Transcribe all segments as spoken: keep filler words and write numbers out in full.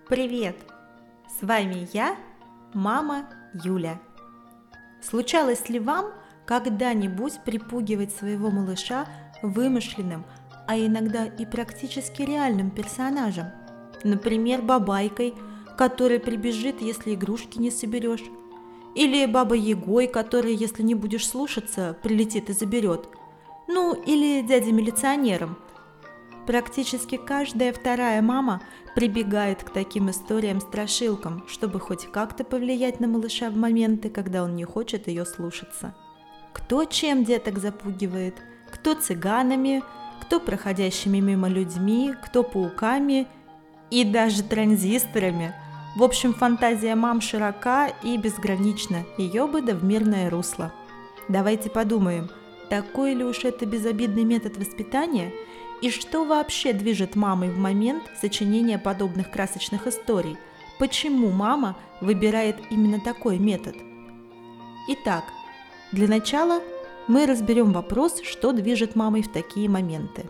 Привет! С вами я, мама Юля. Случалось ли вам когда-нибудь припугивать своего малыша вымышленным, а иногда и практически реальным персонажем? Например, бабайкой, которая прибежит, если игрушки не соберешь, или бабой-ягой, которая, если не будешь слушаться, прилетит и заберет, ну или дядей-милиционером. Практически каждая вторая мама прибегает к таким историям-страшилкам, чтобы хоть как-то повлиять на малыша в моменты, когда он не хочет ее слушаться. Кто чем деток запугивает, кто цыганами, кто проходящими мимо людьми, кто пауками и даже транзисторами. В общем, фантазия мам широка и безгранична, ее бы да в мирное русло. Давайте подумаем, такой ли уж это безобидный метод воспитания, и что вообще движет мамой в момент сочинения подобных красочных историй? Почему мама выбирает именно такой метод? Итак, для начала мы разберем вопрос, что движет мамой в такие моменты.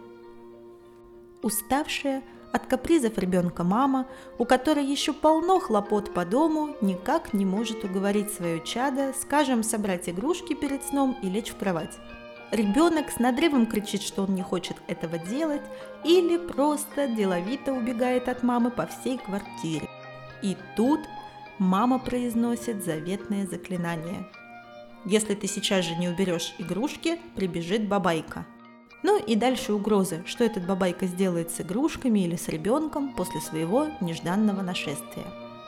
Уставшая от капризов ребенка мама, у которой еще полно хлопот по дому, никак не может уговорить свое чадо, скажем, собрать игрушки перед сном и лечь в кровать. Ребенок с надрывом кричит, что он не хочет этого делать, или просто деловито убегает от мамы по всей квартире. И тут мама произносит заветное заклинание. Если ты сейчас же не уберешь игрушки, прибежит бабайка. Ну и дальше угрозы, что этот бабайка сделает с игрушками или с ребенком после своего нежданного нашествия.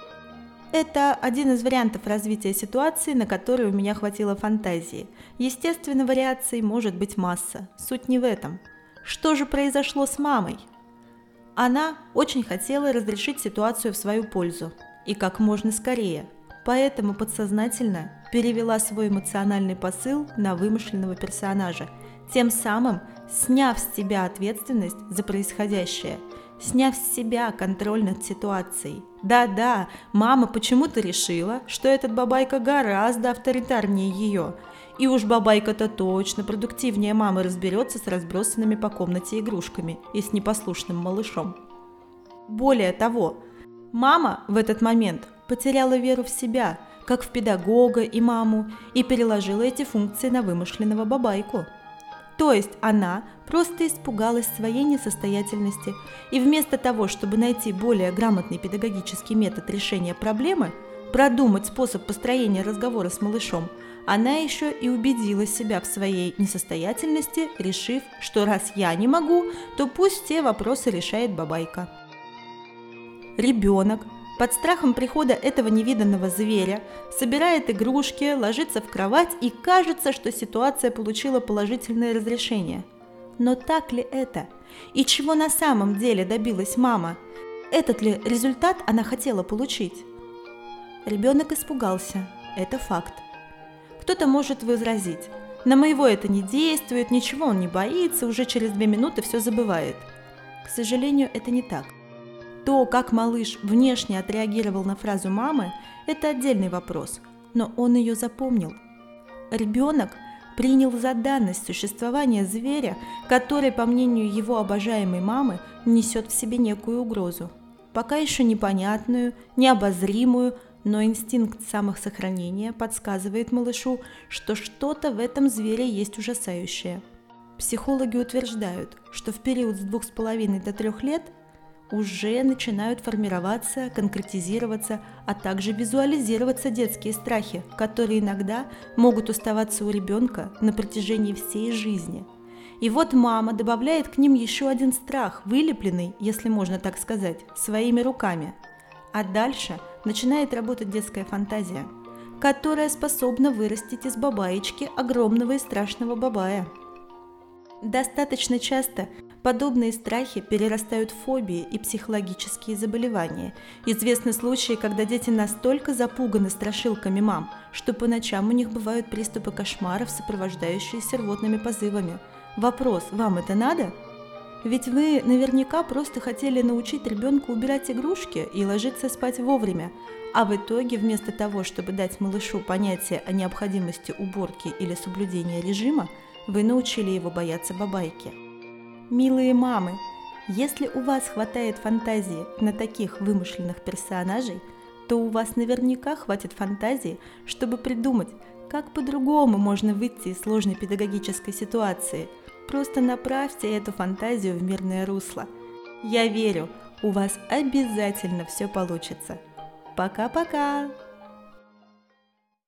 Это один из вариантов развития ситуации, на который у меня хватило фантазии. Естественно, вариаций может быть масса. Суть не в этом. Что же произошло с мамой? Она очень хотела разрешить ситуацию в свою пользу. И как можно скорее. Поэтому подсознательно перевела свой эмоциональный посыл на вымышленного персонажа, тем самым сняв с себя ответственность за происходящее, сняв с себя контроль над ситуацией. Да-да, мама почему-то решила, что этот бабайка гораздо авторитарнее ее. И уж бабайка-то точно продуктивнее мамы разберется с разбросанными по комнате игрушками и с непослушным малышом. Более того, мама в этот момент потеряла веру в себя, как в педагога и маму, и переложила эти функции на вымышленного бабайку. То есть она просто испугалась своей несостоятельности и вместо того, чтобы найти более грамотный педагогический метод решения проблемы, продумать способ построения разговора с малышом, она еще и убедила себя в своей несостоятельности, решив, что раз я не могу, то пусть все вопросы решает бабайка. Ребенок под страхом прихода этого невиданного зверя собирает игрушки, ложится в кровать и кажется, что ситуация получила положительное разрешение. Но так ли это? И чего на самом деле добилась мама? Этот ли результат она хотела получить? Ребенок испугался. Это факт. Кто-то может возразить: на моего это не действует, ничего он не боится, уже через две минуты все забывает. К сожалению, это не так. То, как малыш внешне отреагировал на фразу мамы, это отдельный вопрос, но он ее запомнил. Ребенок принял за данность существование зверя, который, по мнению его обожаемой мамы, несет в себе некую угрозу. Пока еще непонятную, необозримую, но инстинкт самосохранения подсказывает малышу, что что-то в этом звере есть ужасающее. Психологи утверждают, что в период с двух с половиной до трех лет уже начинают формироваться, конкретизироваться, а также визуализироваться детские страхи, которые иногда могут оставаться у ребенка на протяжении всей жизни. И вот мама добавляет к ним еще один страх, вылепленный, если можно так сказать, своими руками. А дальше начинает работать детская фантазия, которая способна вырастить из бабаечки огромного и страшного бабая. Достаточно часто подобные страхи перерастают в фобии и психологические заболевания. Известны случаи, когда дети настолько запуганы страшилками мам, что по ночам у них бывают приступы кошмаров, сопровождающиеся рвотными позывами. Вопрос: вам это надо? Ведь вы наверняка просто хотели научить ребенка убирать игрушки и ложиться спать вовремя, а в итоге вместо того, чтобы дать малышу понятие о необходимости уборки или соблюдения режима, вы научили его бояться бабайки. Милые мамы, Если у вас хватает фантазии на таких вымышленных персонажей, то у вас наверняка хватит фантазии, чтобы придумать, как по-другому можно выйти из сложной педагогической ситуации. Просто направьте эту фантазию в мирное русло. Я верю, у вас обязательно все получится. Пока-пока!